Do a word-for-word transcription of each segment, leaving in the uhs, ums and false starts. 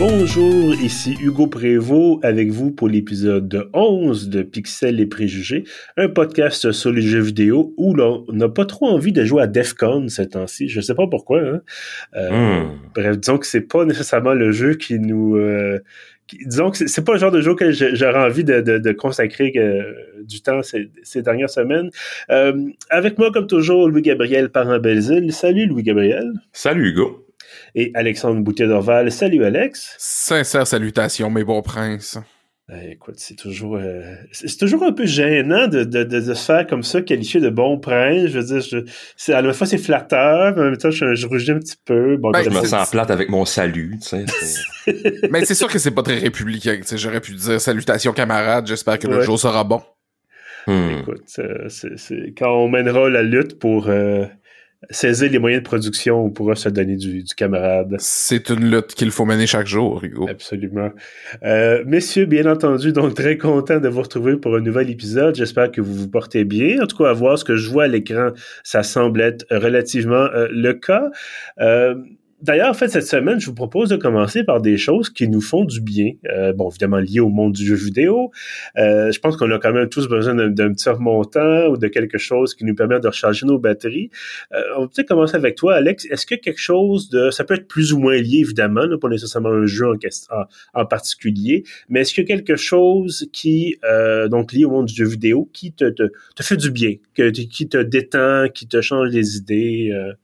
Bonjour, ici Hugo Prévost avec vous pour l'épisode onze de Pixels et Préjugés, un podcast sur les jeux vidéo où l'on n'a pas trop envie de jouer à Defcon ces temps-ci. Je sais pas pourquoi. Hein? Euh, mm. Bref, disons que c'est pas nécessairement le jeu qui nous... Euh, qui, disons que c'est, c'est pas le genre de jeu que j'aurais envie de, de, de consacrer euh, du temps ces, ces dernières semaines. Euh, avec moi, comme toujours, Louis-Gabriel Parent-Belzile. Salut Louis-Gabriel. Salut Hugo. Et Alexandre Boutet-Dorval. Salut Alex. Sincère salutations, mes bons princes. Euh, écoute, c'est toujours euh, c'est, c'est toujours un peu gênant de, de, de, de se faire comme ça, qualifier de bon prince. Je veux dire, je, c'est, à la fois c'est flatteur, mais en même temps, je, je rougis un petit peu. Bon, ben, je me sens plate avec mon salut, tu sais. C'est... mais c'est sûr que c'est pas très républicain, tu sais. J'aurais pu dire salutations camarades, j'espère que ouais. le jour sera bon. Hmm. Écoute, euh, c'est, c'est quand on mènera la lutte pour... Euh, saisir les moyens de production, on pourra se donner du, du camarade. C'est une lutte qu'il faut mener chaque jour, Hugo. Absolument. Euh, messieurs, bien entendu, donc très content de vous retrouver pour un nouvel épisode. J'espère que vous vous portez bien. En tout cas, à voir ce que je vois à l'écran, ça semble être relativement euh, le cas. Euh, D'ailleurs, en fait, cette semaine, je vous propose de commencer par des choses qui nous font du bien. Euh, bon, évidemment, liées au monde du jeu vidéo. Euh, je pense qu'on a quand même tous besoin d'un, d'un petit remontant ou de quelque chose qui nous permet de recharger nos batteries. Euh, on va peut-être commencer avec toi, Alex. Est-ce que quelque chose de... Ça peut être plus ou moins lié, évidemment, là, pas nécessairement un jeu en, en, en particulier, mais est-ce qu'il y a quelque chose qui, euh, donc lié au monde du jeu vidéo, qui te, te, te fait du bien, que, qui te détend, qui te change les idées euh...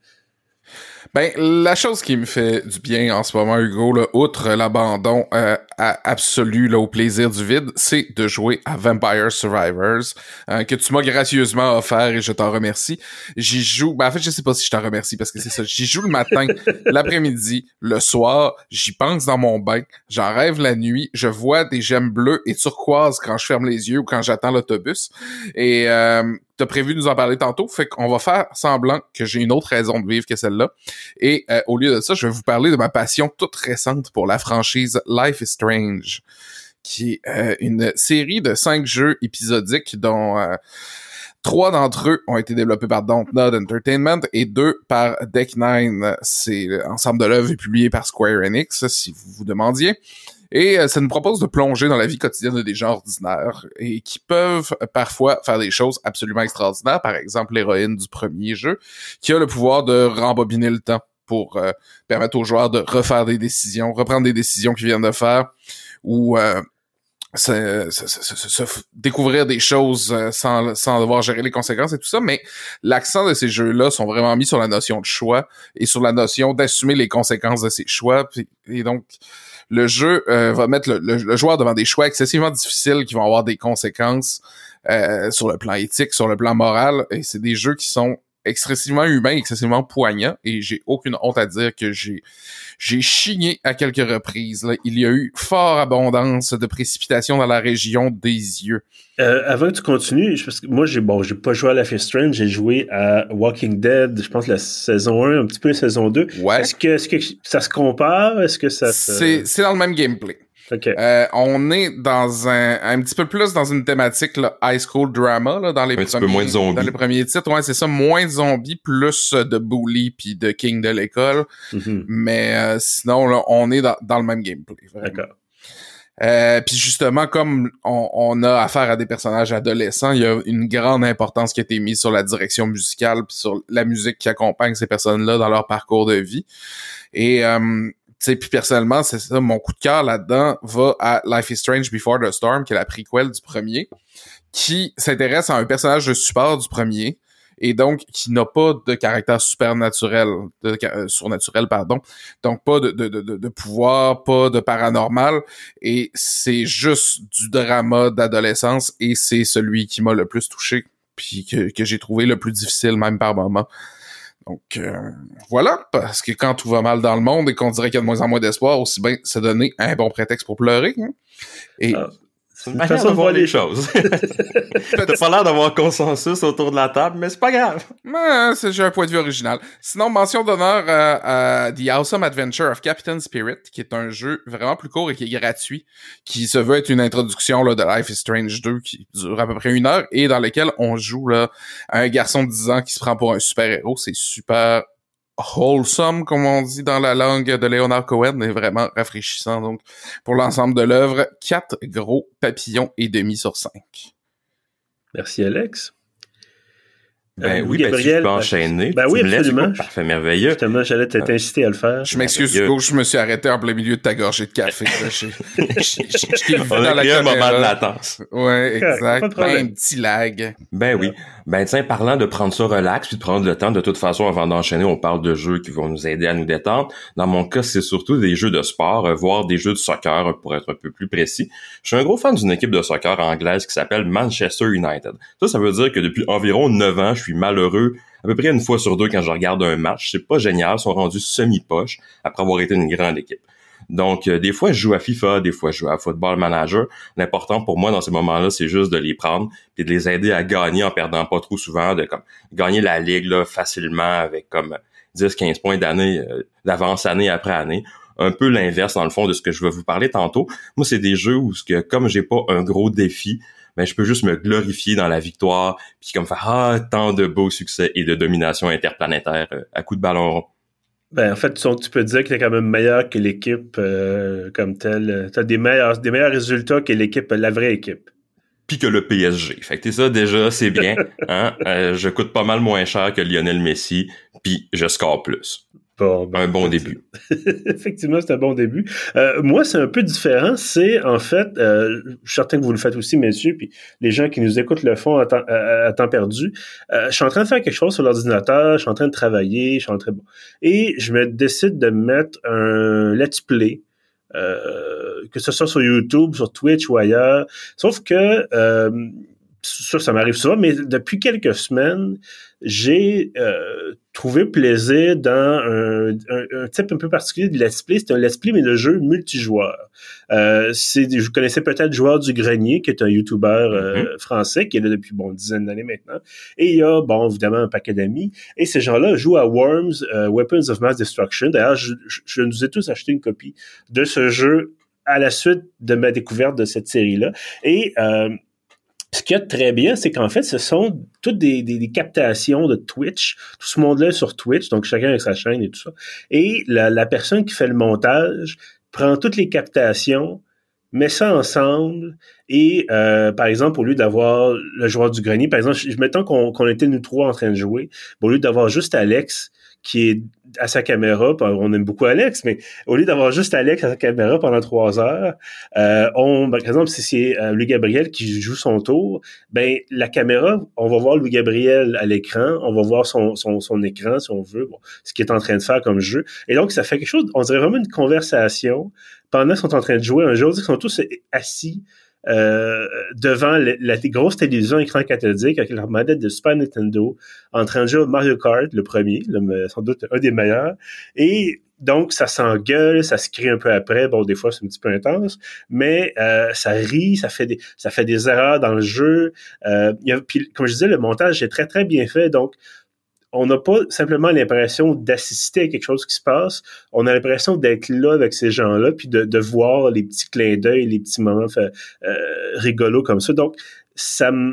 Ben, la chose qui me fait du bien en ce moment, Hugo, là, outre l'abandon euh, absolu là, au plaisir du vide, c'est de jouer à Vampire Survivors, euh, que tu m'as gracieusement offert et je t'en remercie. J'y joue, ben en fait, je sais pas si je t'en remercie parce que c'est ça, j'y joue le matin, l'après-midi, le soir, j'y pense dans mon bain, j'en rêve la nuit, je vois des gemmes bleues et turquoises quand je ferme les yeux ou quand j'attends l'autobus. Et... Euh, t'as prévu de nous en parler tantôt, fait qu'on va faire semblant que j'ai une autre raison de vivre que celle-là. Et euh, au lieu de ça, je vais vous parler de ma passion toute récente pour la franchise Life is Strange, qui est euh, une série de cinq jeux épisodiques dont euh, trois d'entre eux ont été développés par Dontnod Entertainment et deux par Deck Nine. C'est l'ensemble de l'œuvre est publié par Square Enix, si vous vous demandiez. Et euh, ça nous propose de plonger dans la vie quotidienne des gens ordinaires et qui peuvent euh, parfois faire des choses absolument extraordinaires. Par exemple, l'héroïne du premier jeu qui a le pouvoir de rembobiner le temps pour euh, permettre aux joueurs de refaire des décisions, reprendre des décisions qu'ils viennent de faire ou euh, se, se, se, se, se découvrir des choses euh, sans, sans devoir gérer les conséquences et tout ça. Mais l'accent de ces jeux-là sont vraiment mis sur la notion de choix et sur la notion d'assumer les conséquences de ces choix. Et donc... Le jeu euh, va mettre le, le, le joueur devant des choix excessivement difficiles qui vont avoir des conséquences euh, sur le plan éthique, sur le plan moral. Et c'est des jeux qui sont excessivement humains, excessivement poignants. Et j'ai aucune honte à dire que j'ai j'ai chigné à quelques reprises. Là. Il y a eu fort abondance de précipitations dans la région des yeux. Euh, avant que tu continues, parce que moi, j'ai bon, j'ai pas joué à Life is Strange, j'ai joué à Walking Dead, je pense la saison un, un petit peu la saison deux. Ouais. Est-ce que, est-ce que ça se compare? Est-ce que ça se... C'est, c'est dans le même gameplay. Okay. Euh, on est dans un un petit peu plus dans une thématique là, high school drama là, dans les un premiers petit peu moins de zombies. Dans les premiers titres, ouais, c'est ça, moins de zombies, plus de bully puis de king de l'école. Mm-hmm. Mais euh, sinon là, on est dans, dans le même gameplay. Vraiment. D'accord. Euh, puis justement, comme on, on a affaire à des personnages adolescents, il y a une grande importance qui a été mise sur la direction musicale puis sur la musique qui accompagne ces personnes-là dans leur parcours de vie. Et euh, tu sais, puis personnellement, c'est ça, mon coup de cœur là-dedans va à Life is Strange Before the Storm, qui est la prequel du premier, qui s'intéresse à un personnage de support du premier, et donc qui n'a pas de caractère supernaturel, de, euh, surnaturel, pardon, donc pas de, de, de, de pouvoir, pas de paranormal, et c'est juste du drama d'adolescence, et c'est celui qui m'a le plus touché, puis que, que j'ai trouvé le plus difficile, même par moment. Donc, euh, voilà, parce que quand tout va mal dans le monde et qu'on dirait qu'il y a de moins en moins d'espoir, aussi bien se donner un bon prétexte pour pleurer. Hein? Et ah, c'est une manière de voir les choses. T'as pas l'air d'avoir consensus autour de la table, mais c'est pas grave. Mais c'est, j'ai un point de vue original. Sinon, mention d'honneur à, à The Awesome Adventure of Captain Spirit, qui est un jeu vraiment plus court et qui est gratuit, qui se veut être une introduction là, de Life is Strange deux, qui dure à peu près une heure, et dans lequel on joue là un garçon de dix ans qui se prend pour un super-héros. C'est super wholesome, comme on dit dans la langue de Leonard Cohen, est vraiment rafraîchissant. Donc, pour l'ensemble de l'œuvre, quatre gros papillons et demi sur cinq. Merci, Alex. Ben euh, oui, ben, si je peux enchaîner. Ben oui, absolument. Parfait, merveilleux. Justement, j'allais t'inciter à le faire. Je m'excuse, Hugo, je me suis arrêté en plein milieu de ta gorgée de café. On a créé un moment de latence. Ouais, exact. Un petit lag. Ben oui. Ben tiens, parlant de prendre ça relax puis de prendre le temps, de toute façon, avant d'enchaîner, on parle de jeux qui vont nous aider à nous détendre. Dans mon cas, c'est surtout des jeux de sport, euh, voire des jeux de soccer, pour être un peu plus précis. Je suis un gros fan d'une équipe de soccer anglaise qui s'appelle Manchester United. Ça, ça veut dire que depuis environ neuf ans, je suis malheureux à peu près une fois sur deux quand je regarde un match. C'est pas génial, ils sont rendus semi-poche après avoir été une grande équipe. Donc, euh, des fois, je joue à FIFA, des fois, je joue à Football Manager. L'important pour moi, dans ces moments-là, c'est juste de les prendre et de les aider à gagner en perdant pas trop souvent, de comme gagner la ligue là facilement avec comme dix quinze points d'année, euh, d'avance année après année. Un peu l'inverse, dans le fond, de ce que je vais vous parler tantôt. Moi, c'est des jeux où, que, comme j'ai pas un gros défi, ben, je peux juste me glorifier dans la victoire puis comme faire ah, tant de beaux succès et de domination interplanétaire euh, à coups de ballon rond. Ben, en fait, tu, tu peux dire que t'es quand même meilleur que l'équipe euh, comme telle. T'as des meilleurs, des meilleurs résultats que l'équipe, la vraie équipe. Puis que le P S G. Fait que t'es ça, déjà, c'est bien. Hein? Euh, je coûte pas mal moins cher que Lionel Messi, puis je score plus. Bon, ben, un bon début. Effectivement, c'est un bon début. Euh, moi, c'est un peu différent. C'est, en fait, euh, je suis certain que vous le faites aussi, messieurs, puis les gens qui nous écoutent le font à temps, à, à temps perdu. Euh, je suis en train de faire quelque chose sur l'ordinateur, je suis en train de travailler, je suis en train... Bon. Et je me décide de mettre un let's play, euh, que ce soit sur YouTube, sur Twitch ou ailleurs. Sauf que... Euh, ça, ça m'arrive souvent, mais depuis quelques semaines, j'ai euh, trouvé plaisir dans un, un, un type un peu particulier de let's play. C'est un let's play, mais de jeu multijoueur. Euh, c'est, vous connaissez peut-être Joueur du Grenier, qui est un YouTuber euh, mm-hmm. français, qui est là depuis, bon, une dizaine d'années maintenant. Et il y a, bon, évidemment, un paquet d'amis. Et ces gens-là jouent à Worms, euh, Weapons of Mass Destruction. D'ailleurs, je, je, je nous ai tous acheté une copie de ce jeu à la suite de ma découverte de cette série-là. Et... Euh, ce qu'il y a de très bien, c'est qu'en fait, ce sont toutes des, des, des captations de Twitch. Tout ce monde-là est sur Twitch, donc chacun avec sa chaîne et tout ça. Et la, la personne qui fait le montage prend toutes les captations, met ça ensemble et, euh, par exemple, au lieu d'avoir le joueur du grenier, par exemple, mettons qu'on, qu'on était nous trois en train de jouer, au lieu d'avoir juste Alex qui est à sa caméra, on aime beaucoup Alex, mais au lieu d'avoir juste Alex à sa caméra pendant trois heures, euh, on, par exemple, si c'est euh, Louis-Gabriel qui joue son tour, ben la caméra, on va voir Louis-Gabriel à l'écran, on va voir son, son, son écran, si on veut, bon, ce qu'il est en train de faire comme jeu. Et donc, ça fait quelque chose, on dirait vraiment une conversation pendant qu'ils sont en train de jouer un jeu, ils sont tous assis Euh, devant la, la grosse télévision écran cathodique avec leur manette de Super Nintendo en train de jouer au Mario Kart, le premier, le, sans doute un des meilleurs. Et donc, ça s'engueule, ça se crie un peu après. Bon, des fois, c'est un petit peu intense, mais euh, ça rit, ça fait des ça fait des erreurs dans le jeu. Euh, y a, puis, comme je disais, le montage est très, très bien fait. Donc, on n'a pas simplement l'impression d'assister à quelque chose qui se passe, on a l'impression d'être là avec ces gens-là, puis de, de voir les petits clins d'œil, les petits moments fait, euh, rigolos comme ça. Donc, ça me...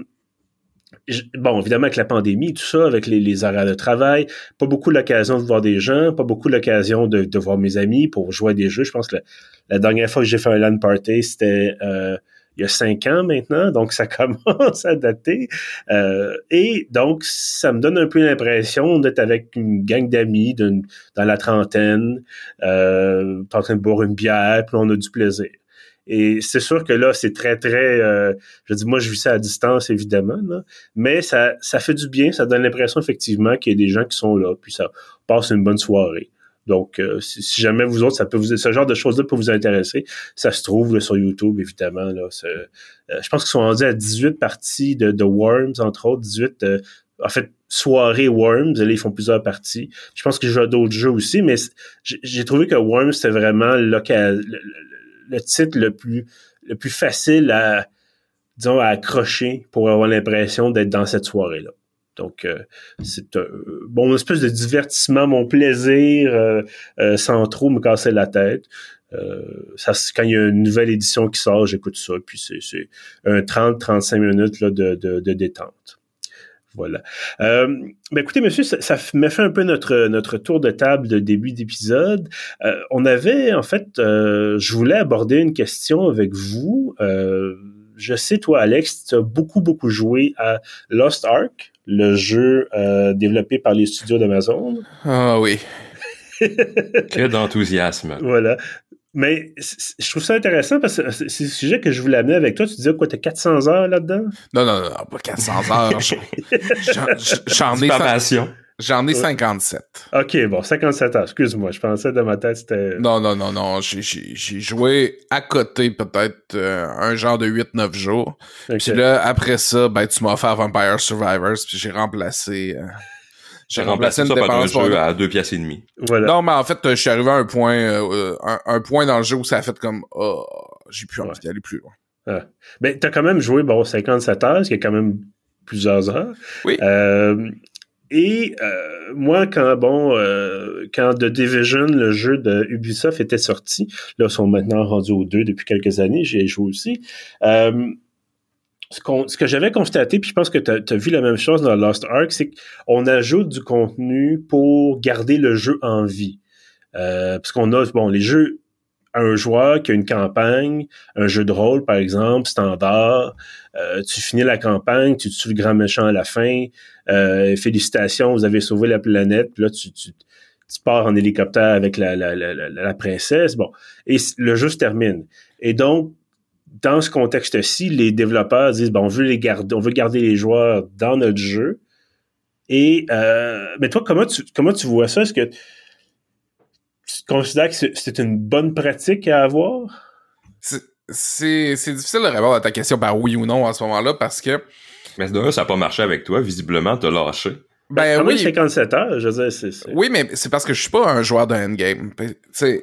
Bon, évidemment, avec la pandémie, tout ça, avec les, les horaires de travail, pas beaucoup l'occasion de voir des gens, pas beaucoup l'occasion de, de voir mes amis pour jouer à des jeux. Je pense que la, la dernière fois que j'ai fait un LAN party, c'était... Euh, il y a cinq ans maintenant, donc ça commence à dater. Euh, et donc, ça me donne un peu l'impression d'être avec une gang d'amis dans la trentaine, euh, en train de boire une bière, puis on a du plaisir. Et c'est sûr que là, c'est très, très... Euh, je dis, moi, je vis ça à distance, évidemment, là, mais ça, ça fait du bien, ça donne l'impression, effectivement, qu'il y a des gens qui sont là, puis ça passe une bonne soirée. Donc, euh, si, si jamais vous autres, ça peut vous, ce genre de choses-là peut vous intéresser, ça se trouve là, sur YouTube, évidemment. Là, euh, je pense qu'ils sont rendus à dix-huit parties de, de Worms, entre autres, dix-huit, euh, en fait, soirées Worms. Là, ils font plusieurs parties. Je pense qu'ils jouent à d'autres jeux aussi, mais j'ai, j'ai trouvé que Worms, c'était vraiment le, le, le titre le plus, le plus facile à, disons, à accrocher pour avoir l'impression d'être dans cette soirée-là. Donc, euh, c'est un bon espèce de divertissement, mon plaisir, euh, euh, sans trop me casser la tête. Euh, ça, quand il y a une nouvelle édition qui sort, j'écoute ça, puis c'est, c'est un trente à trente-cinq minutes là, de, de, de détente. Voilà. Euh, ben écoutez, monsieur, ça, ça m'a fait un peu notre, notre tour de table de début d'épisode. Euh, on avait, en fait, euh, je voulais aborder une question avec vous. Euh, je sais, toi, Alex, tu as beaucoup, beaucoup joué à Lost Ark, le jeu euh, développé par les studios d'Amazon. Ah oui. Que d'enthousiasme. Voilà. Mais je trouve ça intéressant parce que c'est le sujet que je voulais amener avec toi. Tu disais quoi, t'as quatre cents heures là-dedans? Non, non, non, pas quatre cents heures. J'en, j'en ai... Passion. J'en ai cinquante-sept. OK, bon, cinquante-sept heures. Excuse-moi, je pensais dans ma tête, c'était... Non, non, non, non. J'ai, j'ai, j'ai joué à côté peut-être euh, un genre de huit neuf jours. Okay. Puis là, après ça, ben, tu m'as offert Vampire Survivors, puis j'ai remplacé... Euh, j'ai remplacé, remplacé ça par un jeu à deux pièces et demie. Voilà. Non, mais en fait, je suis arrivé à un point, euh, un, un point dans le jeu où ça a fait comme... Oh, j'ai plus envie ouais. d'aller plus loin. Ah. Ben, t'as quand même joué, bon, cinquante-sept heures, ce qui est quand même plusieurs heures. Oui. Euh... Et euh, moi, quand bon, euh, quand The Division, le jeu de Ubisoft, était sorti, là, ils sont maintenant rendus aux deux depuis quelques années, j'y ai joué aussi. Euh, ce, qu'on, ce que j'avais constaté, puis je pense que tu as vu la même chose dans Lost Ark, c'est qu'on ajoute du contenu pour garder le jeu en vie. Euh, parce qu'on a, bon, les jeux, un joueur qui a une campagne, un jeu de rôle, par exemple, standard, euh, tu finis la campagne, tu tues le grand méchant à la fin, euh, félicitations, vous avez sauvé la planète, puis là, tu, tu, tu pars en hélicoptère avec la, la, la, la, la princesse, bon, et le jeu se termine. Et donc, dans ce contexte-ci, les développeurs disent, bon, on veut les garder, on veut garder les joueurs dans notre jeu, et, euh, mais toi, comment tu, comment tu vois ça? Est-ce que tu considères que c'est une bonne pratique à avoir? C'est, c'est, c'est difficile de répondre à ta question par oui ou non à ce moment-là parce que... Mais de là, ça n'a pas marché avec toi. Visiblement, t'as lâché. Ben, ben oui. cinquante-sept heures, je veux dire, c'est, c'est... Oui, mais c'est parce que je suis pas un joueur de endgame. Tu sais,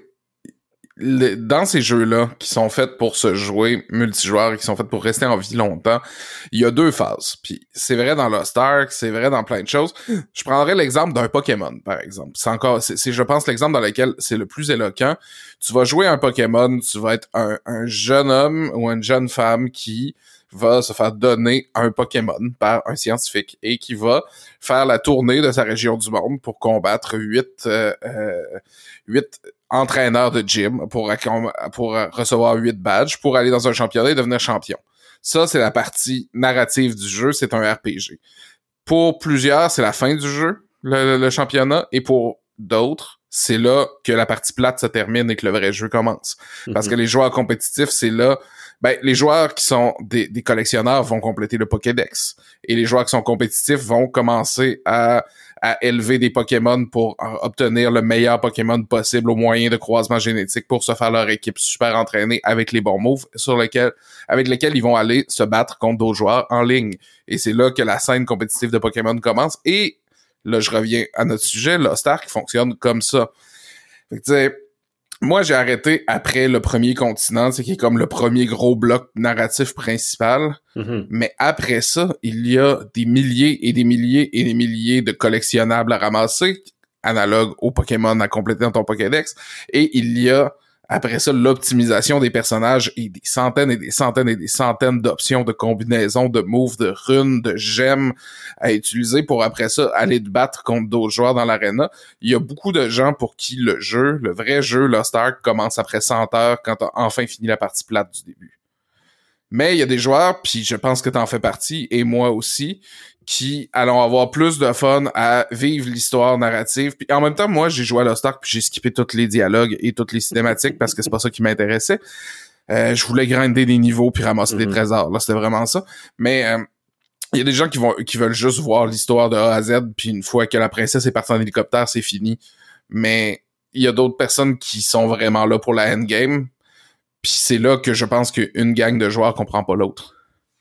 le, dans ces jeux-là qui sont faits pour se jouer multijoueur et qui sont faits pour rester en vie longtemps, il y a deux phases. Puis c'est vrai dans Lost Ark, c'est vrai dans plein de choses. Je prendrais l'exemple d'un Pokémon, par exemple. C'est encore, c'est, c'est je pense l'exemple dans lequel c'est le plus éloquent. Tu vas jouer un Pokémon, tu vas être un, un jeune homme ou une jeune femme qui va se faire donner un Pokémon par un scientifique et qui va faire la tournée de sa région du monde pour combattre huit euh, euh, huit entraîneur de gym pour, pour recevoir huit badges, pour aller dans un championnat et devenir champion. Ça, c'est la partie narrative du jeu, c'est un R P G. Pour plusieurs, c'est la fin du jeu, le, le championnat, et pour d'autres, c'est là que la partie plate se termine et que le vrai jeu commence. Mm-hmm. Parce que les joueurs compétitifs, c'est là... Ben, les joueurs qui sont des, des collectionneurs vont compléter le Pokédex. Et les joueurs qui sont compétitifs vont commencer à, à élever des Pokémon pour obtenir le meilleur Pokémon possible au moyen de croisement génétique pour se faire leur équipe super entraînée avec les bons moves sur lesquels, avec lesquels ils vont aller se battre contre d'autres joueurs en ligne. Et c'est là que la scène compétitive de Pokémon commence. Et là, je reviens à notre sujet, Lost Ark fonctionne comme ça. Fait que tu sais, moi, j'ai arrêté après le premier continent, c'est qui est comme le premier gros bloc narratif principal. Mm-hmm. Mais après ça, il y a des milliers et des milliers et des milliers de collectionnables à ramasser, analogues aux Pokémon à compléter dans ton Pokédex. Et il y a, après ça, l'optimisation des personnages et des centaines et des centaines et des centaines d'options de combinaisons, de moves, de runes, de gemmes à utiliser pour après ça aller te battre contre d'autres joueurs dans l'aréna. Il y a beaucoup de gens pour qui le jeu, le vrai jeu Lost Ark commence après cent heures quand t'as enfin fini la partie plate du début. Mais il y a des joueurs, puis je pense que t'en fais partie, et moi aussi, qui allons avoir plus de fun à vivre l'histoire narrative. Puis en même temps, moi, j'ai joué à Lost Ark, puis j'ai skippé tous les dialogues et toutes les cinématiques parce que c'est pas ça qui m'intéressait. Euh, je voulais grinder des niveaux puis ramasser mm-hmm. des trésors. Là, c'était vraiment ça. Mais euh, il y a des gens qui vont qui veulent juste voir l'histoire de A à Z, puis une fois que la princesse est partie en hélicoptère, c'est fini. Mais il y a d'autres personnes qui sont vraiment là pour la endgame. Puis c'est là que je pense qu'une gang de joueurs comprend pas l'autre.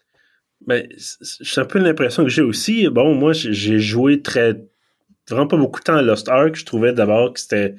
Ben, c'est un peu l'impression que j'ai aussi. Bon, moi, j'ai joué très... vraiment pas beaucoup de temps à Lost Ark. Je trouvais d'abord que c'était...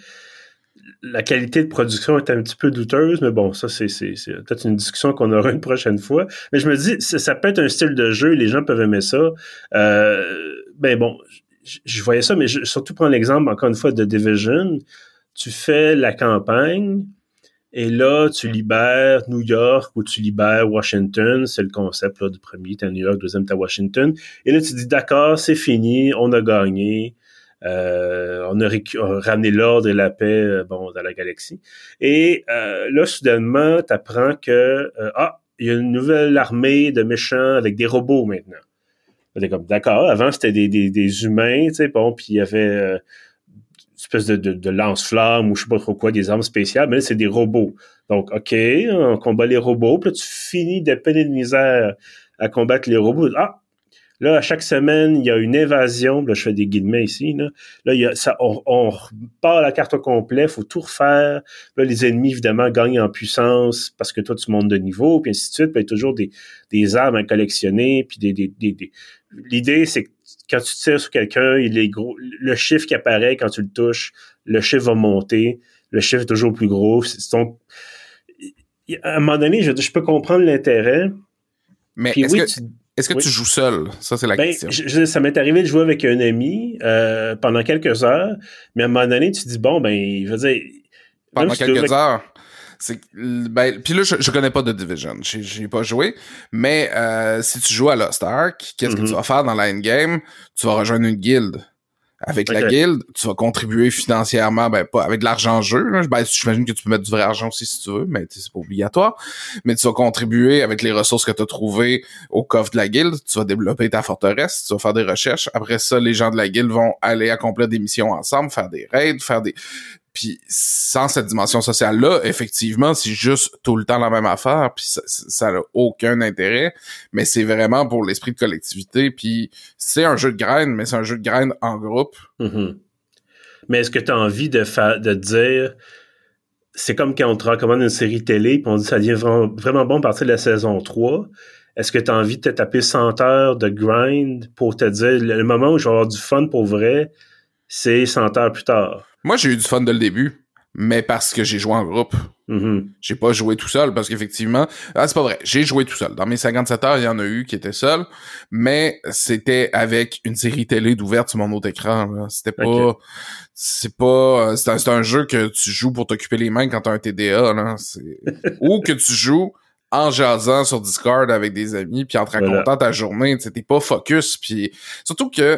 la qualité de production était un petit peu douteuse, mais bon, ça, c'est, c'est, c'est peut-être une discussion qu'on aura une prochaine fois. Mais je me dis, ça, ça peut être un style de jeu, les gens peuvent aimer ça. Euh, ben bon, je, je voyais ça, mais je, surtout prendre l'exemple, encore une fois, de Division. Tu fais la campagne... Et là, tu libères New York ou tu libères Washington. C'est le concept là, du premier, t'es à New York, deuxième, t'es à Washington. Et là, tu dis, d'accord, c'est fini, on a gagné. Euh, on, a récu- on a ramené l'ordre et la paix euh, bon, dans la galaxie. Et euh, là, soudainement, t'apprends que euh, ah, il y a une nouvelle armée de méchants avec des robots maintenant. T'es comme, d'accord, avant, c'était des, des, des humains, tu sais, bon, puis il y avait... Euh, espèce de, de, de lance-flamme ou je sais pas trop quoi, des armes spéciales, mais là, c'est des robots. Donc, OK, on combat les robots, puis là, tu finis de peine et de misère à combattre les robots. Ah! Là, à chaque semaine, il y a une invasion. Là, je fais des guillemets ici. Là, là il y a, ça, on, on part la carte au complet, il faut tout refaire. Là, les ennemis, évidemment, gagnent en puissance parce que toi, tu montes de niveau, puis ainsi de suite. Puis il y a toujours des, des armes à collectionner, puis des... des, des, des... L'idée, c'est que quand tu tires sur quelqu'un, il est gros. Le chiffre qui apparaît quand tu le touches, le chiffre va monter. Le chiffre est toujours plus gros. C'est donc, à un moment donné, je, je peux comprendre l'intérêt. Mais puis est-ce oui, que, tu, est-ce que oui. tu joues seul? Ça, c'est la ben, question. Je, je, ça m'est arrivé de jouer avec un ami euh, pendant quelques heures, mais à un moment donné, tu te dis, bon, ben, je veux dire... Pendant si quelques avec... heures? C'est, ben, puis là, je, je connais pas de Division. J'ai, j'ai pas joué. Mais euh, si tu joues à Lost Ark, qu'est-ce mm-hmm. que tu vas faire dans la endgame? Tu vas rejoindre une guilde. Avec okay. la guilde, tu vas contribuer financièrement, ben pas avec de l'argent en jeu. Là. Ben, j'imagine que tu peux mettre du vrai argent aussi si tu veux, mais c'est pas obligatoire. Mais tu vas contribuer avec les ressources que tu as trouvées au coffre de la guilde. Tu vas développer ta forteresse, tu vas faire des recherches. Après ça, les gens de la guilde vont aller accomplir des missions ensemble, faire des raids, faire des... Puis sans cette dimension sociale-là, effectivement, c'est juste tout le temps la même affaire, puis ça, ça n'a aucun intérêt, mais c'est vraiment pour l'esprit de collectivité, puis c'est un jeu de grind, mais c'est un jeu de grind en groupe. Mm-hmm. Mais est-ce que tu as envie de faire, de dire, c'est comme quand on te recommande une série télé, puis on dit ça devient vraiment, vraiment bon à partir de la saison trois, est-ce que tu as envie de te taper cent heures de grind pour te dire, le moment où je vais avoir du fun pour vrai, c'est cent heures plus tard? Moi, j'ai eu du fun dès le début, mais parce que j'ai joué en groupe. Mm-hmm. J'ai pas joué tout seul, parce qu'effectivement... Ah, c'est pas vrai, j'ai joué tout seul. Dans mes cinquante-sept heures, il y en a eu qui étaient seuls, mais c'était avec une série télé d'ouverte sur mon autre écran. Là. C'était pas... Okay. C'est pas... C'est un, c'est un jeu que tu joues pour t'occuper les mains quand t'as un T D A, là. C'est... Ou que tu joues en jasant sur Discord avec des amis, puis en te racontant voilà. ta journée. T'sais, t'es pas focus, puis... Surtout que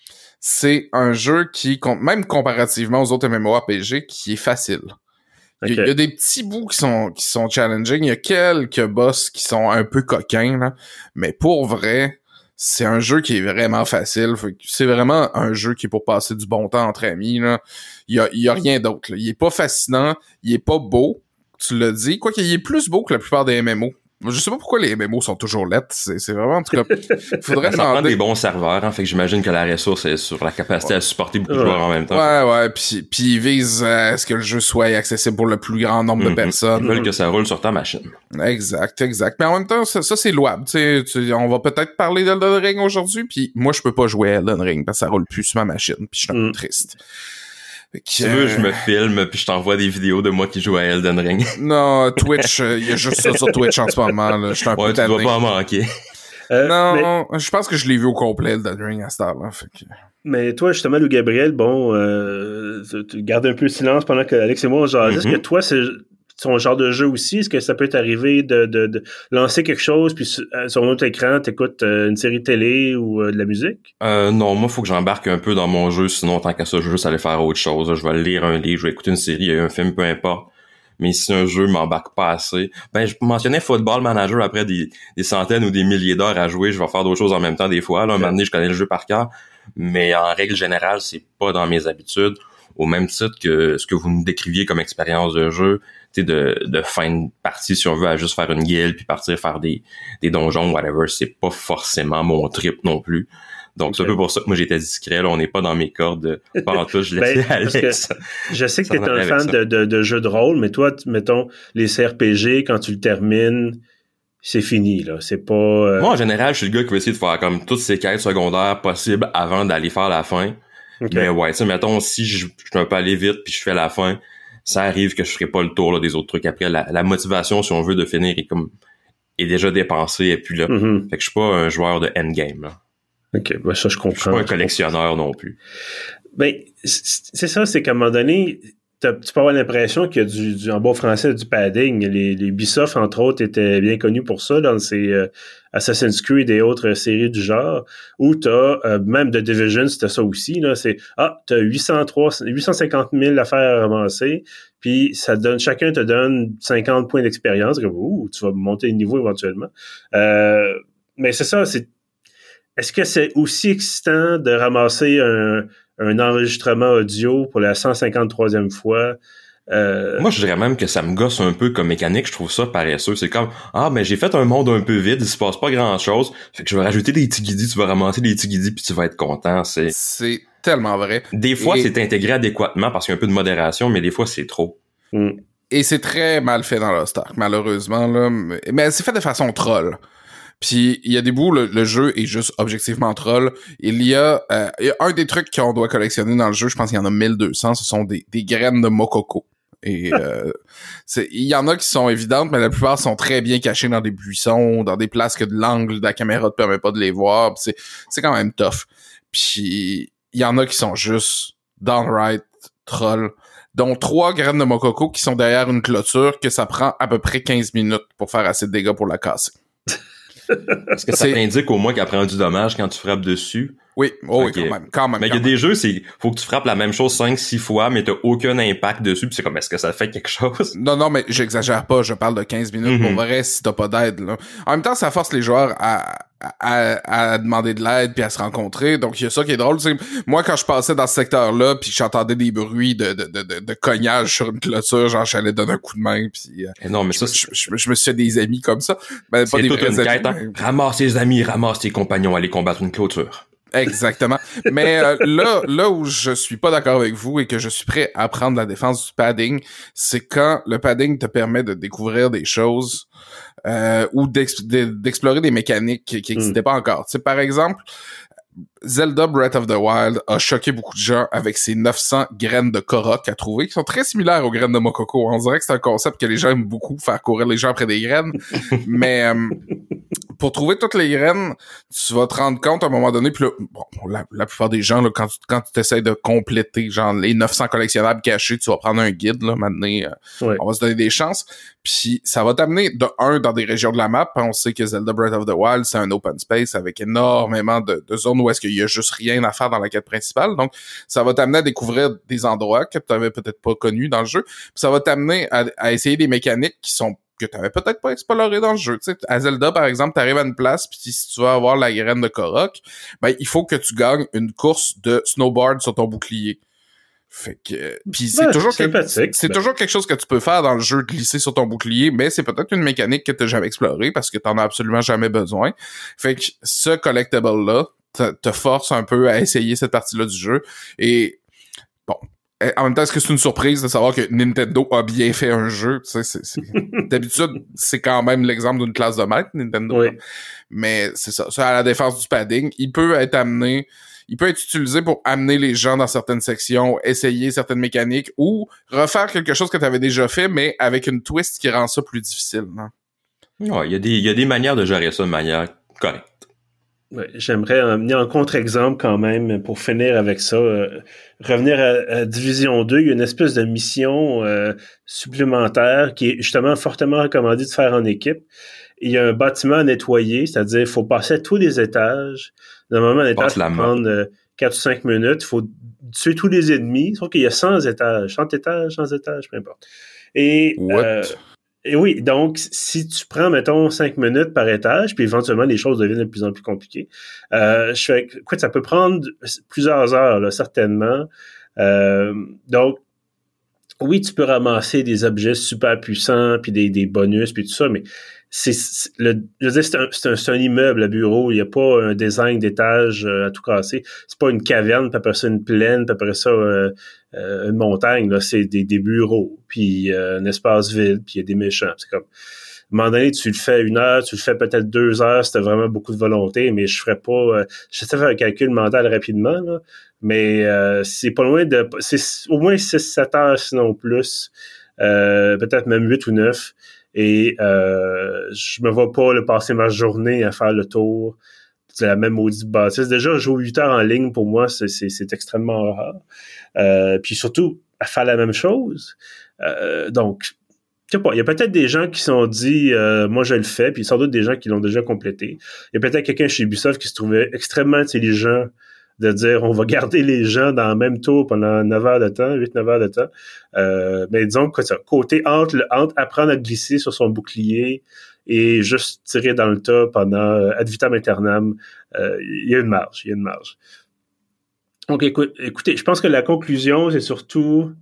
c'est un jeu qui, même comparativement aux autres MMORPG, qui est facile. Okay. Il, y a, il y a des petits bouts qui sont qui sont challenging, il y a quelques boss qui sont un peu coquins, là, mais pour vrai, c'est un jeu qui est vraiment facile. C'est vraiment un jeu qui est pour passer du bon temps entre amis. Là. Il y a, il y a rien d'autre. Là. Il est pas fascinant, il est pas beau, tu l'as dit, quoi qu'il est plus beau que la plupart des M M O. Je sais pas pourquoi les M M O sont toujours lettres. C'est, c'est vraiment, en tout cas, faudrait ça demander... prend des bons serveurs, hein, fait que j'imagine que la ressource est sur la capacité ouais. à supporter beaucoup de ouais. joueurs en même temps. Ouais, ouais, puis puis ils visent à ce que le jeu soit accessible pour le plus grand nombre mm-hmm. de personnes. Ils veulent que ça roule sur ta machine. Exact, exact. Mais en même temps, ça, ça c'est louable. Tu sais, on va peut-être parler d'Elden Ring aujourd'hui, puis moi, je peux pas jouer à Elden Ring parce que ça roule plus sur ma machine, puis je suis un peu mm. triste. Que... Tu veux, je me filme puis je t'envoie des vidéos de moi qui joue à Elden Ring. Non, Twitch, il euh, y a juste ça sur Twitch en ce moment. Là. Je suis un ouais, peu tanné. Tu dois pas en manquer. Euh, non, mais... je pense que je l'ai vu au complet, Elden Ring, à cette heure-là. Fait que... Mais toi, justement, Lou Gabriel, bon, euh, tu gardes un peu le silence pendant que Alex et moi on jasait. Mm-hmm. Est-ce que toi, c'est ton genre de jeu aussi? Est-ce que ça peut t'arriver de, de, de lancer quelque chose, puis sur un autre écran, t'écoutes euh, une série télé ou euh, de la musique? Euh, non, moi, faut que j'embarque un peu dans mon jeu, sinon, tant qu'à ça, je veux juste aller faire autre chose. Je vais lire un livre, je vais écouter une série, un film, peu importe. Mais si un jeu m'embarque pas assez... Ben, je mentionnais Football Manager après des, des centaines ou des milliers d'heures à jouer. Je vais faire d'autres choses en même temps des fois. Là, un moment donné, je connais le jeu par cœur. Mais en règle générale, c'est pas dans mes habitudes. Au même titre que ce que vous nous décriviez comme expérience de jeu, tu sais, de, de fin de partie, si on veut, à juste faire une guilde puis partir faire des, des donjons, whatever, c'est pas forcément mon trip non plus. Donc, okay. C'est un peu pour ça que moi, j'étais discret. Là, on n'est pas dans mes cordes. Pas en tout, je laissais ben, Alex. Je sais que t'es un fan de, de, de jeux de rôle, mais toi, mettons, les C R P G, quand tu le termines, c'est fini, là. C'est pas... Euh... Moi, en général, je suis le gars qui veut essayer de faire comme toutes ces quêtes secondaires possibles avant d'aller faire la fin. Okay. Mais ouais, tu sais, mettons, si je, je suis un peu allé vite puis je fais la fin, ça arrive que je ferai pas le tour là, des autres trucs. Après, la, la motivation, si on veut, de finir est comme est déjà dépensée et puis là. Mm-hmm. Fait que je suis pas un joueur de endgame, là. OK, ben ça, je comprends. Je suis pas un collectionneur non plus. Ben, c'est ça, c'est qu'à un moment donné, tu peux avoir l'impression qu'il y a du, du, en bon français, du padding. Les, les Ubisoft, entre autres, étaient bien connus pour ça dans ces euh, Assassin's Creed et autres séries du genre, où t'as, euh, même The Division, c'était ça aussi, là, c'est, ah, t'as huit cent trois, huit cent cinquante mille affaires à ramasser, puis ça donne, chacun te donne cinquante points d'expérience, comme, ouh, tu vas monter le niveau éventuellement. Euh, mais c'est ça, c'est, est-ce que c'est aussi excitant de ramasser un, un enregistrement audio pour la cent cinquante-troisième fois? Euh... Moi, je dirais même que ça me gosse un peu comme mécanique. Je trouve ça paresseux. C'est comme, ah, mais j'ai fait un monde un peu vide, il se passe pas grand-chose. Fait que je vais rajouter des tigidis, tu vas ramasser des tigidis puis tu vas être content. C'est, c'est tellement vrai. Des fois, et... c'est intégré adéquatement parce qu'il y a un peu de modération, mais des fois, c'est trop. Mm. Et c'est très mal fait dans Lost Ark, malheureusement, là. Mais c'est fait de façon troll. Puis il y a des bouts, le, le jeu est juste objectivement troll. Il y a, euh, il y a un des trucs qu'on doit collectionner dans le jeu, je pense qu'il y en a mille deux cents, ce sont des, des graines de mokoko. Et euh, c'est, il y en a qui sont évidentes, mais la plupart sont très bien cachées dans des buissons, dans des places que de l'angle de la caméra ne permet pas de les voir. Puis c'est, c'est quand même tough. Puis il y en a qui sont juste downright troll, dont trois graines de mokoko qui sont derrière une clôture que ça prend à peu près quinze minutes pour faire assez de dégâts pour la casser. Est-ce que ça c'est... t'indique au moins qu'elle prend du dommage quand tu frappes dessus? Oui, oh okay. oui, quand même, quand même. Mais il y a des jeux, c'est, faut que tu frappes la même chose cinq six fois, mais t'as aucun impact dessus, pis c'est comme, est-ce que ça fait quelque chose? Non, non, mais j'exagère pas, je parle de quinze minutes, mm-hmm. pour vrai, si t'as pas d'aide, là. En même temps, ça force les joueurs à, à, à demander de l'aide puis à se rencontrer, donc il y a ça qui est drôle, c'est moi, quand je passais dans ce secteur-là, puis j'entendais des bruits de, de, de, de, de cognage sur une clôture, genre, j'allais donner un coup de main, puis euh, non, mais je, ça, je, je, je me suis fait des amis comme ça. Ben, c'est pas des toute vrais une quête, amis, hein? Ramasse tes amis, ramasse tes compagnons, aller combattre une clôture. Exactement. Mais euh, là, là où je suis pas d'accord avec vous et que je suis prêt à prendre la défense du padding, c'est quand le padding te permet de découvrir des choses euh, ou d'ex- d'explorer des mécaniques qui n'existaient mm. pas encore. Tu sais, par exemple, Zelda Breath of the Wild a choqué beaucoup de gens avec ses neuf cents graines de Korok à trouver, qui sont très similaires aux graines de Mokoko. On dirait que c'est un concept que les gens aiment beaucoup, faire courir les gens après des graines. Mais euh, pour trouver toutes les graines, tu vas te rendre compte à un moment donné, puis là, bon, la, la plupart des gens, là, quand tu quand tu essaies de compléter genre les neuf cents collectionnables cachés, tu vas prendre un guide, là, maintenant, euh, ouais. on va se donner des chances. Puis ça va t'amener, de un, dans des régions de la map. On sait que Zelda Breath of the Wild, c'est un open space avec énormément de, de zones où est-ce qu'il y a juste rien à faire dans la quête principale. Donc, ça va t'amener à découvrir des endroits que tu avais peut-être pas connus dans le jeu. Puis ça va t'amener à, à essayer des mécaniques qui sont que tu avais peut-être pas exploré dans le jeu. Tu sais, à Zelda, par exemple, tu arrives à une place, puis si tu veux avoir la graine de Korok, ben il faut que tu gagnes une course de snowboard sur ton bouclier. Fait que puis c'est ouais, toujours quelque, c'est, c'est ben. toujours quelque chose que tu peux faire dans le jeu, glisser sur ton bouclier, mais c'est peut-être une mécanique que tu n'as jamais explorée parce que tu n'en as absolument jamais besoin. Fait que ce collectible là te, te force un peu à essayer cette partie-là du jeu. Et bon, en même temps, est-ce que c'est une surprise de savoir que Nintendo a bien fait un jeu? Tu sais, c'est, c'est... d'habitude, c'est quand même l'exemple d'une classe de maître, Nintendo. Oui. Mais c'est ça. Ça, à la défense du padding, il peut être amené, il peut être utilisé pour amener les gens dans certaines sections, essayer certaines mécaniques ou refaire quelque chose que tu avais déjà fait, mais avec une twist qui rend ça plus difficile. Non? Ouais, il y a des, il y a des manières de gérer ça de manière correcte. Ouais, j'aimerais amener en contre-exemple quand même, pour finir avec ça, euh, revenir à, à Division deux, il y a une espèce de mission euh, supplémentaire qui est justement fortement recommandée de faire en équipe. Il y a un bâtiment à nettoyer, c'est-à-dire il faut passer à tous les étages. Normalement, un étage peut prendre euh, quatre ou cinq minutes, il faut tuer tous les ennemis, sauf qu'il y a cent étages, cent étages, cent étages, peu importe. Et... What? Euh, Et oui, donc, si tu prends, mettons, cinq minutes par étage, puis éventuellement, les choses deviennent de plus en plus compliquées, euh, je fais, quoi, ça peut prendre plusieurs heures, là, certainement. Euh, donc, oui, tu peux ramasser des objets super puissants, puis des, des bonus, puis tout ça, mais c'est, c'est le, je veux dire, c'est un, c'est un, c'est un immeuble, le bureau, il n'y a pas un design d'étage euh, à tout casser. C'est pas une caverne, puis après ça, une plaine, puis après ça, euh, euh, une montagne, là, c'est des, des bureaux, puis euh, un espace vide, puis il y a des méchants. C'est comme, à un moment donné, tu le fais une heure, tu le fais peut-être deux heures, c'était vraiment beaucoup de volonté, mais je ferais pas, euh, je sais faire un calcul mental rapidement, là, mais euh, c'est pas loin de, c'est au moins six sept heures, sinon plus, euh, peut-être même huit ou neuf. Et euh, je me vois pas là, passer ma journée à faire le tour de la même maudite bâtisse. Déjà, jouer huit heures en ligne, pour moi, c'est, c'est, c'est extrêmement rare. Euh, puis surtout, à faire la même chose. Euh, donc, je sais pas, il y a peut-être des gens qui se sont dit euh, moi je le fais, puis sans doute des gens qui l'ont déjà complété. Il y a peut-être quelqu'un chez Ubisoft qui se trouvait extrêmement intelligent de dire on va garder les gens dans le même tour pendant neuf heures de temps, huit neuf heures de temps. Euh, mais disons que ça, côté entre, le, entre apprendre à glisser sur son bouclier et juste tirer dans le tas pendant euh, ad vitam aeternam, euh, il y a une marge, il y a une marge. Donc écoute, écoutez, je pense que la conclusion, c'est surtout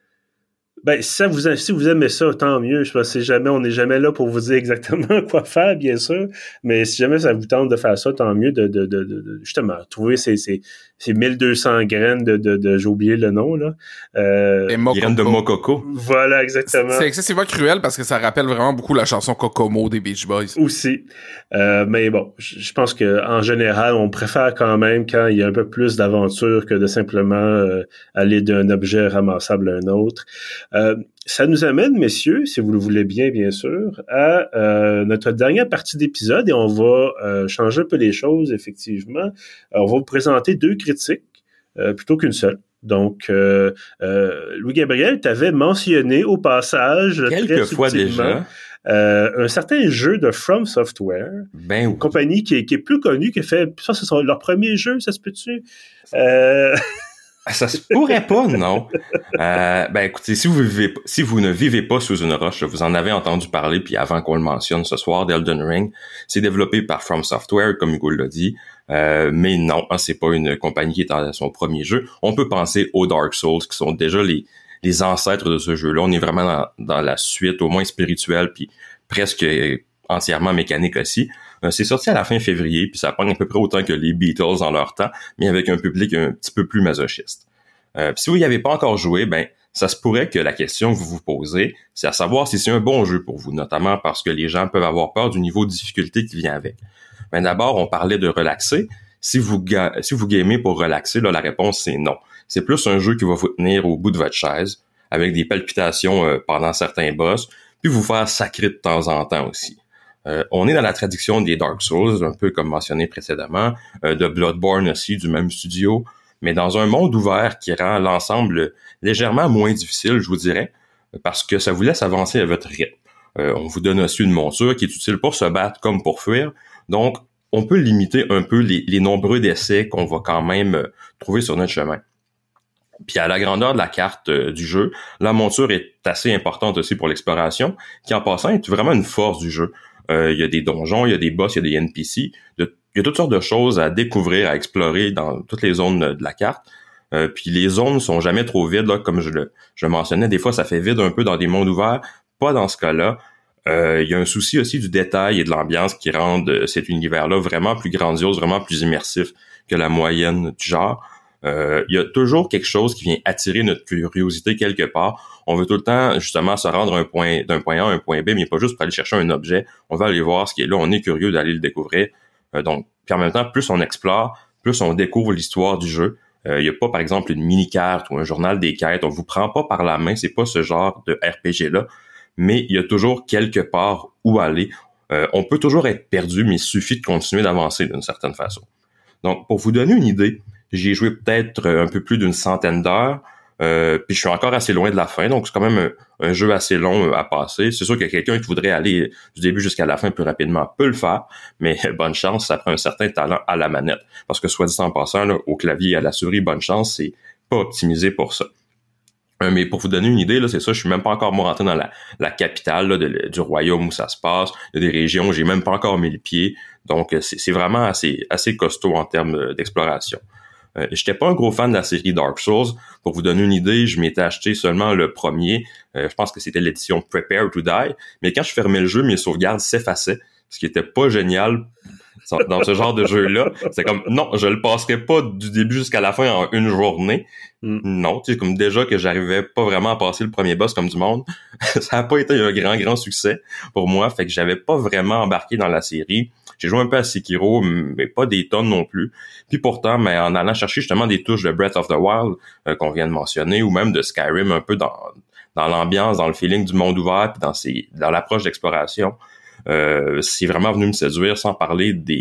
ben, si, ça vous, si vous aimez ça, tant mieux. Je pense que jamais, on n'est jamais là pour vous dire exactement quoi faire, bien sûr. Mais si jamais ça vous tente de faire ça, tant mieux de, de, de, de justement, trouver ces, ces, ces mille deux cents graines de, de, de, j'ai oublié le nom, là. Euh, Les graines de Mococo. Voilà, exactement. C'est excessivement cruel parce que ça rappelle vraiment beaucoup la chanson Kokomo des Beach Boys. Aussi. Euh, mais bon, je pense que en général, on préfère quand même quand il y a un peu plus d'aventure que de simplement euh, aller d'un objet ramassable à un autre. Euh, ça nous amène, messieurs, si vous le voulez bien, bien sûr, à euh, notre dernière partie d'épisode et on va euh, changer un peu les choses, effectivement. Alors, on va vous présenter deux critiques euh, plutôt qu'une seule. Donc, euh, euh, Louis-Gabriel, tu avais mentionné au passage, quelques fois déjà, euh, un certain jeu de From Software, ben oui. Une compagnie qui est, qui est plus connue, qui a fait, ça, c'est leur premier jeu, ça se peut-tu? Euh... Ça se pourrait pas, non. Euh, ben écoutez, si vous vivez, si vous ne vivez pas sous une roche, vous en avez entendu parler, puis avant qu'on le mentionne ce soir, d'Elden Ring, c'est développé par From Software, comme Hugo l'a dit, euh, mais non, hein, c'est pas une compagnie qui est dans son premier jeu. On peut penser aux Dark Souls, qui sont déjà les les ancêtres de ce jeu-là. On est vraiment dans, dans la suite, au moins spirituelle, puis presque entièrement mécanique aussi. Euh, c'est sorti à la fin février, puis ça prend à peu près autant que les Beatles dans leur temps, mais avec un public un petit peu plus masochiste. Euh, si vous n'y avez pas encore joué, ben ça se pourrait que la question que vous vous posez, c'est à savoir si c'est un bon jeu pour vous, notamment parce que les gens peuvent avoir peur du niveau de difficulté qui vient avec. Ben d'abord, on parlait de relaxer. Si vous ga- si vous gamez pour relaxer, là, la réponse c'est non. C'est plus un jeu qui va vous tenir au bout de votre chaise, avec des palpitations euh, pendant certains boss, puis vous faire sacrer de temps en temps aussi. Euh, on est dans la tradition des Dark Souls, un peu comme mentionné précédemment, euh, de Bloodborne aussi, du même studio, mais dans un monde ouvert qui rend l'ensemble légèrement moins difficile, je vous dirais, parce que ça vous laisse avancer à votre rythme. Euh, on vous donne aussi une monture qui est utile pour se battre comme pour fuir, donc on peut limiter un peu les, les nombreux décès qu'on va quand même euh, trouver sur notre chemin. Puis à la grandeur de la carte euh, du jeu, la monture est assez importante aussi pour l'exploration, qui en passant est vraiment une force du jeu. Euh, il y a des donjons, il y a des boss, il y a des N P C, de, il y a toutes sortes de choses à découvrir, à explorer dans toutes les zones de la carte. Euh, puis les zones sont jamais trop vides, là, comme je le, je le mentionnais, des fois ça fait vide un peu dans des mondes ouverts, pas dans ce cas-là. Euh, il y a un souci aussi du détail et de l'ambiance qui rendent cet univers-là vraiment plus grandiose, vraiment plus immersif que la moyenne du genre. Euh, il y a toujours quelque chose qui vient attirer notre curiosité quelque part. On veut tout le temps, justement, se rendre un point, d'un point A à un point B, mais pas juste pour aller chercher un objet. On va aller voir ce qui est là. On est curieux d'aller le découvrir. Euh, donc, puis en même temps, plus on explore, plus on découvre l'histoire du jeu. Euh, il y a pas, par exemple, une mini-carte ou un journal des quêtes. On vous prend pas par la main. C'est pas ce genre de R P G-là. Mais il y a toujours quelque part où aller. Euh, on peut toujours être perdu, mais il suffit de continuer d'avancer d'une certaine façon. Donc, pour vous donner une idée, j'y ai joué peut-être un peu plus d'une centaine d'heures, euh, puis je suis encore assez loin de la fin, donc c'est quand même un, un jeu assez long à passer. C'est sûr qu'il y a quelqu'un qui voudrait aller du début jusqu'à la fin plus rapidement peut le faire, mais bonne chance, ça prend un certain talent à la manette. Parce que soit dit en passant, là, au clavier et à la souris, bonne chance, c'est pas optimisé pour ça. Euh, mais pour vous donner une idée, là, c'est ça, je suis même pas encore moi rentré dans la, la capitale là, de, du royaume où ça se passe. Il y a des régions où j'ai même pas encore mis le pied, donc c'est, c'est vraiment assez, assez costaud en termes d'exploration. Euh, j'étais pas un gros fan de la série Dark Souls. Pour vous donner une idée, je m'étais acheté seulement le premier. Euh, je pense que c'était l'édition Prepare to Die. Mais quand je fermais le jeu, mes sauvegardes s'effaçaient, ce qui était pas génial dans ce genre de jeu-là. C'est comme, non, je le passerai pas du début jusqu'à la fin en une journée. Mm. Non, tu sais, comme déjà que j'arrivais pas vraiment à passer le premier boss comme du monde, ça a pas été un grand, grand succès pour moi. Fait que j'avais pas vraiment embarqué dans la série. J'ai joué un peu à Sekiro, mais pas des tonnes non plus. Puis pourtant, mais en allant chercher justement des touches de Breath of the Wild euh, qu'on vient de mentionner, ou même de Skyrim, un peu dans dans l'ambiance, dans le feeling du monde ouvert, puis dans ses, dans l'approche d'exploration, euh, c'est vraiment venu me séduire, sans parler des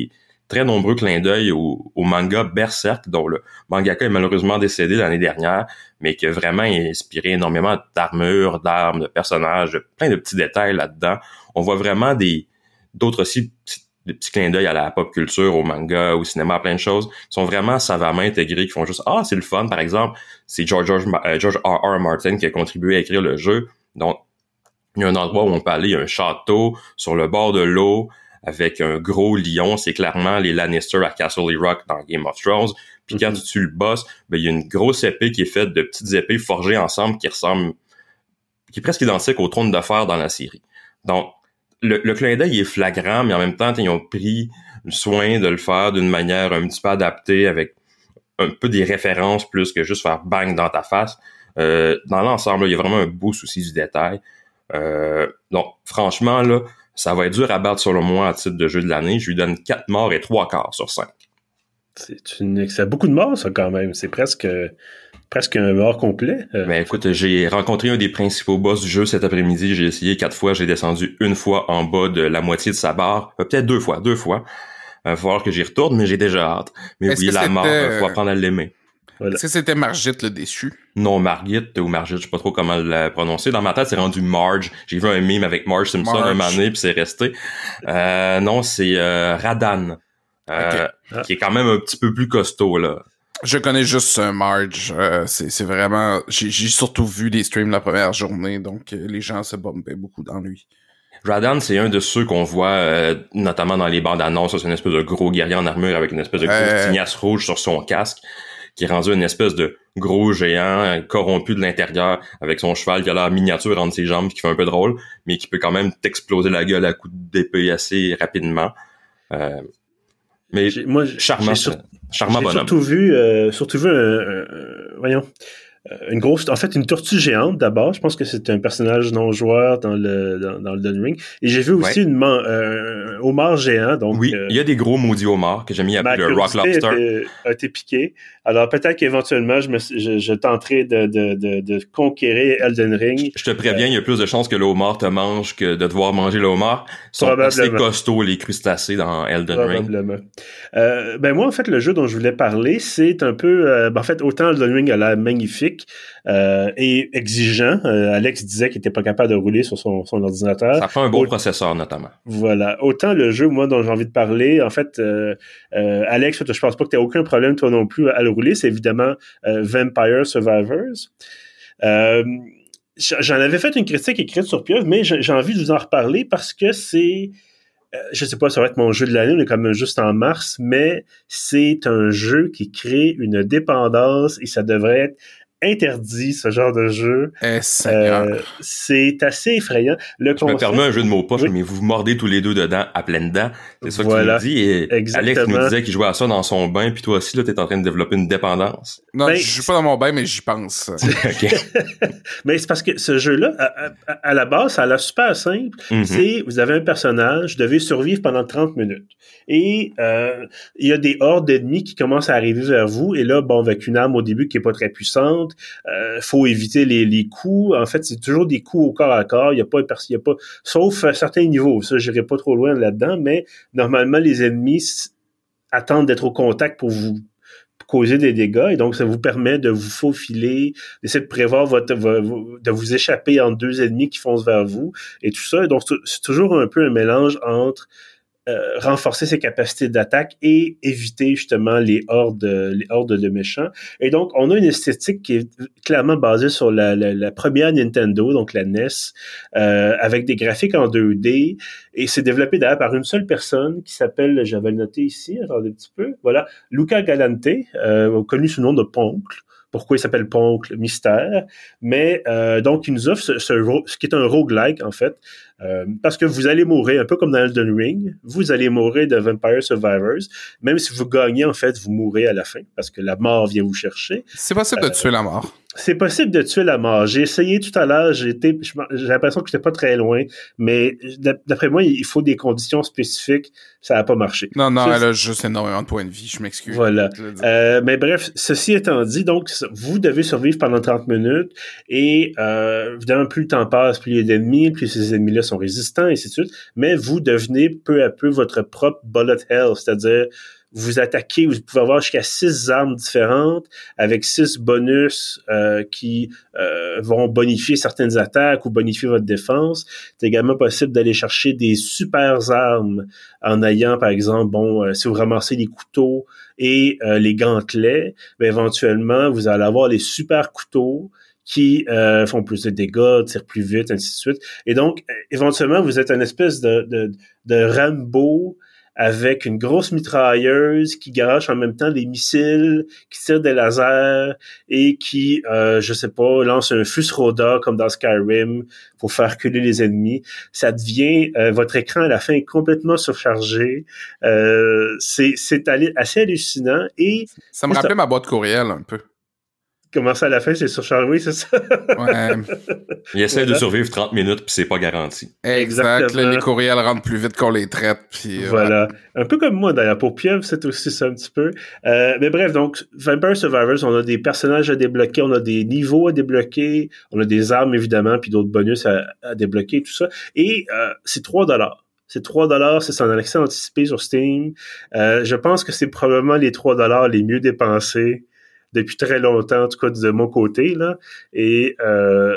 très nombreux clins d'œil au, au manga Berserk, dont le mangaka est malheureusement décédé l'année dernière, mais qui a vraiment inspiré énormément d'armures, d'armes, de personnages, de plein de petits détails là-dedans. On voit vraiment des d'autres aussi petits, des petits clins d'œil à la pop culture, au manga, au cinéma, à plein de choses, qui sont vraiment savamment intégrés, qui font juste « Ah, c'est le fun ». Par exemple, c'est George, George, euh, George R R. Martin qui a contribué à écrire le jeu. Donc, il y a un endroit où on peut aller, il y a un château sur le bord de l'eau avec un gros lion. C'est clairement les Lannister à Castle Rock dans Game of Thrones. Puis mm-hmm. quand tu tues le boss, ben, il y a une grosse épée qui est faite de petites épées forgées ensemble qui ressemblent, qui est presque identique au trône de fer dans la série. Donc, le, le clin d'œil est flagrant, mais en même temps, ils ont pris le soin de le faire d'une manière un petit peu adaptée avec un peu des références plus que juste faire bang dans ta face. Euh, dans l'ensemble, il y a vraiment un beau souci du détail. Euh, donc, franchement, là, ça va être dur à battre selon moi à titre de jeu de l'année. Je lui donne quatre morts et trois quarts sur cinq. C'est, une, c'est beaucoup de morts, ça, quand même. C'est presque, presque un mort complet. Euh, ben, écoute, j'ai rencontré un des principaux boss du jeu cet après-midi. J'ai essayé quatre fois. J'ai descendu une fois en bas de la moitié de sa barre. Euh, peut-être deux fois, deux fois. Il va falloir que j'y retourne, mais j'ai déjà hâte. Mais Est-ce oui, la c'était... mort, il faut apprendre à l'aimer. Voilà. Est-ce que c'était Margit le déçu? Non, Margit ou Margit, je sais pas trop comment le prononcer. Dans ma tête, c'est rendu Marge. J'ai vu un meme avec Marge Simpson Marge. un moment donné, puis c'est resté. Euh, non, c'est euh, Radan, euh, Okay. Ah. qui est quand même un petit peu plus costaud, là. Je connais juste euh, Marge. Euh, c'est, c'est vraiment... J'ai, j'ai surtout vu des streams la première journée, donc euh, les gens se bombaient beaucoup dans lui. Radan, c'est un de ceux qu'on voit euh, notamment dans les bandes annonces. C'est une espèce de gros guerrier en armure avec une espèce de grosse Euh... tignasse rouge sur son casque, qui est rendu une espèce de gros géant corrompu de l'intérieur avec son cheval qui a l'air miniature entre ses jambes, qui fait un peu drôle, mais qui peut quand même t'exploser la gueule à coups d'épée assez rapidement. Euh, mais j'ai, moi, charmant, j'ai, sur, charmant j'ai bonhomme. surtout vu, euh, surtout vu un, un, un, voyons, une grosse, en fait, une tortue géante d'abord. Je pense que c'est un personnage non joueur dans le dans, dans le Elden Ring. Et j'ai vu aussi ouais. une man, euh, un homard géant. Donc oui, euh, il y a des gros maudits homards que j'ai mis appeler le Rock Lobster. A été, a été piqué. Alors peut-être qu'éventuellement je me je, je tenterai de, de de de conquérir Elden Ring. Je te préviens, il euh, y a plus de chances que le homard te mange que de devoir manger le homard. Ils sont assez costauds les crustacés dans Elden Probablement. Ring. Euh, ben moi en fait le jeu dont je voulais parler c'est un peu euh, ben, en fait autant Elden Ring a l'air magnifique euh, et exigeant. Euh, Alex disait qu'il était pas capable de rouler sur son, son ordinateur. Ça prend un bon Autant, processeur notamment. Voilà. Autant le jeu moi dont j'ai envie de parler en fait euh, euh, Alex je pense pas que tu aies aucun problème toi non plus à le rouler, c'est évidemment euh, Vampire Survivors. Euh, j'en avais fait une critique écrite sur Pieuvre, mais j'ai, j'ai envie de vous en reparler parce que c'est euh, je sais pas, ça va être mon jeu de l'année, on est quand même juste en mars, mais c'est un jeu qui crée une dépendance et ça devrait être interdit, ce genre de jeu. Eh, euh, c'est assez effrayant. Le Je concept... me permets un jeu de mots poche, oui. mais vous vous mordez tous les deux dedans à pleines dents. C'est ça voilà. qu'il nous dit. Et Exactement. Alex nous disait qu'il jouait à ça dans son bain, puis toi aussi, là, t'es en train de développer une dépendance. Non, ben, je joue pas dans mon bain, mais j'y pense. OK. Mais c'est parce que ce jeu-là, à, à, à la base, ça a l'air super simple. Mm-hmm. C'est, vous avez un personnage, vous devez survivre pendant trente minutes. Et euh, il y a des hordes d'ennemis qui commencent à arriver vers vous. Et là, bon, avec une arme au début qui est pas très puissante, euh, faut éviter les, les coups. En fait, c'est toujours des coups au corps à corps. Il y a pas, il y a pas, sauf à certains niveaux. Ça, j'irai pas trop loin là-dedans. Mais normalement, les ennemis attendent d'être au contact pour vous causer des dégâts. Et donc, ça vous permet de vous faufiler, d'essayer de prévoir votre, votre de vous échapper entre deux ennemis qui foncent vers vous et tout ça. Donc, c'est toujours un peu un mélange entre Euh, renforcer ses capacités d'attaque et éviter justement les hordes, les hordes de méchants. Et donc, on a une esthétique qui est clairement basée sur la, la, la première Nintendo, donc la N E S, euh, avec des graphiques en deux D. Et c'est développé d'ailleurs par une seule personne qui s'appelle, j'avais le noté ici, attendez un petit peu, voilà, Luca Galante, euh, connu sous le nom de Poncle. Pourquoi il s'appelle Poncle? Mystère. Mais euh, donc, il nous offre ce, ce, ce qui est un roguelike, en fait, euh, parce que vous allez mourir, un peu comme dans Elden Ring, vous allez mourir de Vampire Survivors. Même si vous gagnez, en fait, vous mourrez à la fin, parce que la mort vient vous chercher. C'est possible euh, de tuer la mort. C'est possible de tuer la mort. J'ai essayé tout à l'heure, j'ai été, j'ai l'impression que j'étais pas très loin, mais d'après moi, il faut des conditions spécifiques. Ça n'a pas marché. Non, non, ça, elle a juste énormément de points de vie, je m'excuse. Voilà. Euh, mais bref, ceci étant dit, donc, vous devez survivre pendant trente minutes et, euh, évidemment, plus le temps passe, plus il y a d'ennemis, plus ces ennemis-là sont résistants, et ainsi de suite. Mais vous devenez peu à peu votre propre bullet hell, c'est-à-dire, vous attaquez, vous pouvez avoir jusqu'à six armes différentes avec six bonus euh, qui euh, vont bonifier certaines attaques ou bonifier votre défense. C'est également possible d'aller chercher des super armes en ayant, par exemple, bon, euh, si vous ramassez les couteaux et euh, les gantelets, bien, éventuellement, vous allez avoir les super couteaux qui euh, font plus de dégâts, tirent plus vite, ainsi de suite. Et donc, éventuellement, vous êtes une espèce de, de, de Rambo avec une grosse mitrailleuse qui garoche en même temps des missiles, qui tire des lasers et qui, euh, je sais pas, lance un Fusroda comme dans Skyrim pour faire reculer les ennemis. Ça devient, euh, votre écran à la fin est complètement surchargé. Euh, c'est, c'est assez hallucinant et... Ça me rappelait ma boîte courriel un peu. Comment ça, à la fin, c'est surchargé, oui, c'est ça? Ouais. Il essaie voilà. de survivre trente minutes, puis c'est pas garanti. Exact. Là, les courriels rentrent plus vite qu'on les traite. Puis, voilà. Ouais. Un peu comme moi, d'ailleurs. Pour Pieuvre, c'est aussi ça un petit peu. Euh, mais bref, donc, Vampire Survivors, on a des personnages à débloquer, on a des niveaux à débloquer, on a des armes, évidemment, puis d'autres bonus à, à débloquer, tout ça. Et euh, c'est trois dollars. C'est trois dollars, c'est en accès anticipé sur Steam. Euh, je pense que c'est probablement les trois dollars les mieux dépensés depuis très longtemps, en tout cas de mon côté, là. Et euh,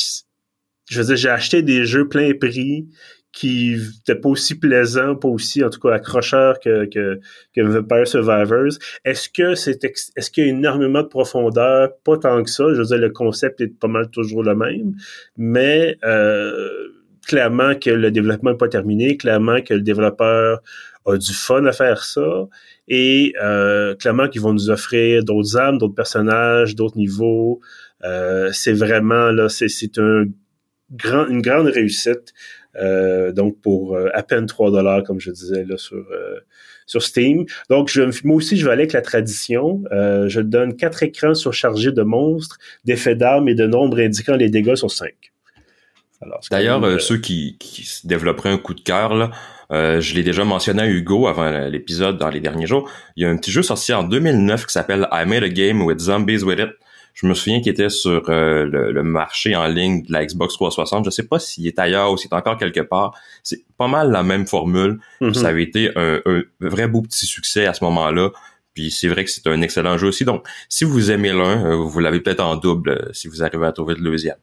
je veux dire, j'ai acheté des jeux plein prix qui n'étaient pas aussi plaisants, pas aussi, en tout cas, accrocheurs que, que, que Vampire Survivors. Est-ce que c'est ex- est-ce qu'il y a énormément de profondeur? Pas tant que ça. Je veux dire, le concept est pas mal toujours le même. Mais euh, clairement que le développement n'est pas terminé, clairement que le développeur a du fun à faire ça. Et euh, clairement qu'ils vont nous offrir d'autres armes, d'autres personnages, d'autres niveaux. Euh, c'est vraiment, là, c'est, c'est un grand, une grande réussite. Euh, donc, pour euh, à peine trois dollars, comme je disais, là, sur, euh, sur Steam. Donc, je, moi aussi, je vais aller avec la tradition. Euh, je donne quatre écrans surchargés de monstres, d'effets d'armes et de nombres indiquant les dégâts sur cinq. Alors, D'ailleurs, même, euh, ceux qui, qui se développeraient un coup de cœur, là, Euh, je l'ai déjà mentionné à Hugo avant l'épisode dans les derniers jours. Il y a un petit jeu sorti en deux mille neuf qui s'appelle I Made a Game with Zombies with It. Je me souviens qu'il était sur euh, le, le marché en ligne de la Xbox trois cent soixante. Je sais pas s'il est ailleurs ou s'il est encore quelque part. C'est pas mal la même formule. Mm-hmm. Ça avait été un, un vrai beau petit succès à ce moment-là. Puis c'est vrai que c'est un excellent jeu aussi. Donc, si vous aimez l'un, vous l'avez peut-être en double si vous arrivez à trouver le deuxième.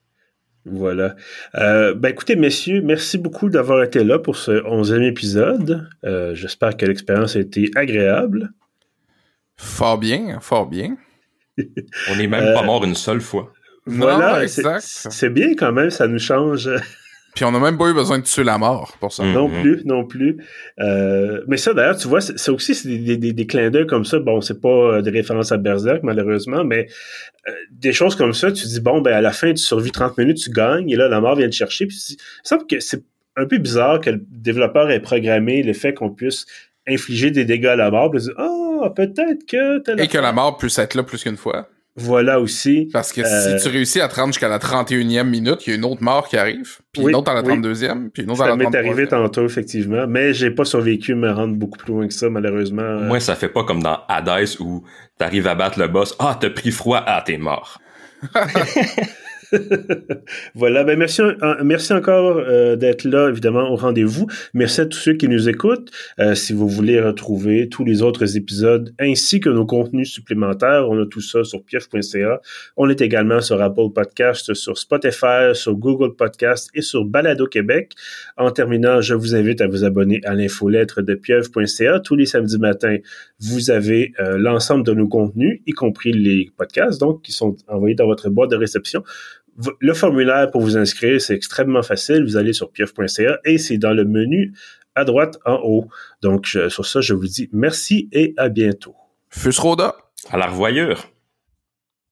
Voilà. Euh, ben écoutez, messieurs, merci beaucoup d'avoir été là pour ce onzième épisode. Euh, j'espère que l'expérience a été agréable. Fort bien, fort bien. On n'est même euh, pas mort une seule fois. Voilà, non, exact. C'est, c'est bien quand même, ça nous change. Puis on n'a même pas eu besoin de tuer la mort pour ça. Mm-hmm. Non plus, non plus. Euh, mais ça, d'ailleurs, tu vois, c'est, ça aussi, c'est des, des, des clins d'œil comme ça. Bon, c'est pas des références à Berserk, malheureusement, mais euh, des choses comme ça, tu dis, bon, ben à la fin, tu survis trente minutes, tu gagnes, et là, la mort vient te chercher. Puis il semble que c'est un peu bizarre que le développeur ait programmé le fait qu'on puisse infliger des dégâts à la mort, puis dire, ah, oh, peut-être que... Et que la mort puisse être là plus qu'une fois. Voilà aussi. Parce que euh, si tu réussis à te rendre jusqu'à la trente et unième minute, il y a une autre mort qui arrive, puis oui, une autre à la trente-deuxième, oui. puis une autre ça à la trente-troisième. Ça m'est arrivé trente-troisième. tantôt, effectivement, mais j'ai pas survécu me rendre beaucoup plus loin que ça, malheureusement. Moi, ça fait pas comme dans Hades où t'arrives à battre le boss, ah, t'as pris froid, ah, t'es mort. Voilà, ben merci, merci encore euh, d'être là, évidemment, au rendez-vous. Merci à tous ceux qui nous écoutent. Euh, si vous voulez retrouver tous les autres épisodes ainsi que nos contenus supplémentaires, on a tout ça sur pieuf point c a. On est également sur Apple Podcast, sur Spotify, sur Google Podcast et sur Balado Québec. En terminant, je vous invite à vous abonner à l'infolettre de pieuf point c a. Tous les samedis matins, vous avez euh, l'ensemble de nos contenus, y compris les podcasts, donc, qui sont envoyés dans votre boîte de réception. Le formulaire pour vous inscrire, c'est extrêmement facile. Vous allez sur pieuf point c a et c'est dans le menu à droite en haut. Donc, je, sur ça, je vous dis merci et à bientôt. Fusroda. À la revoyure.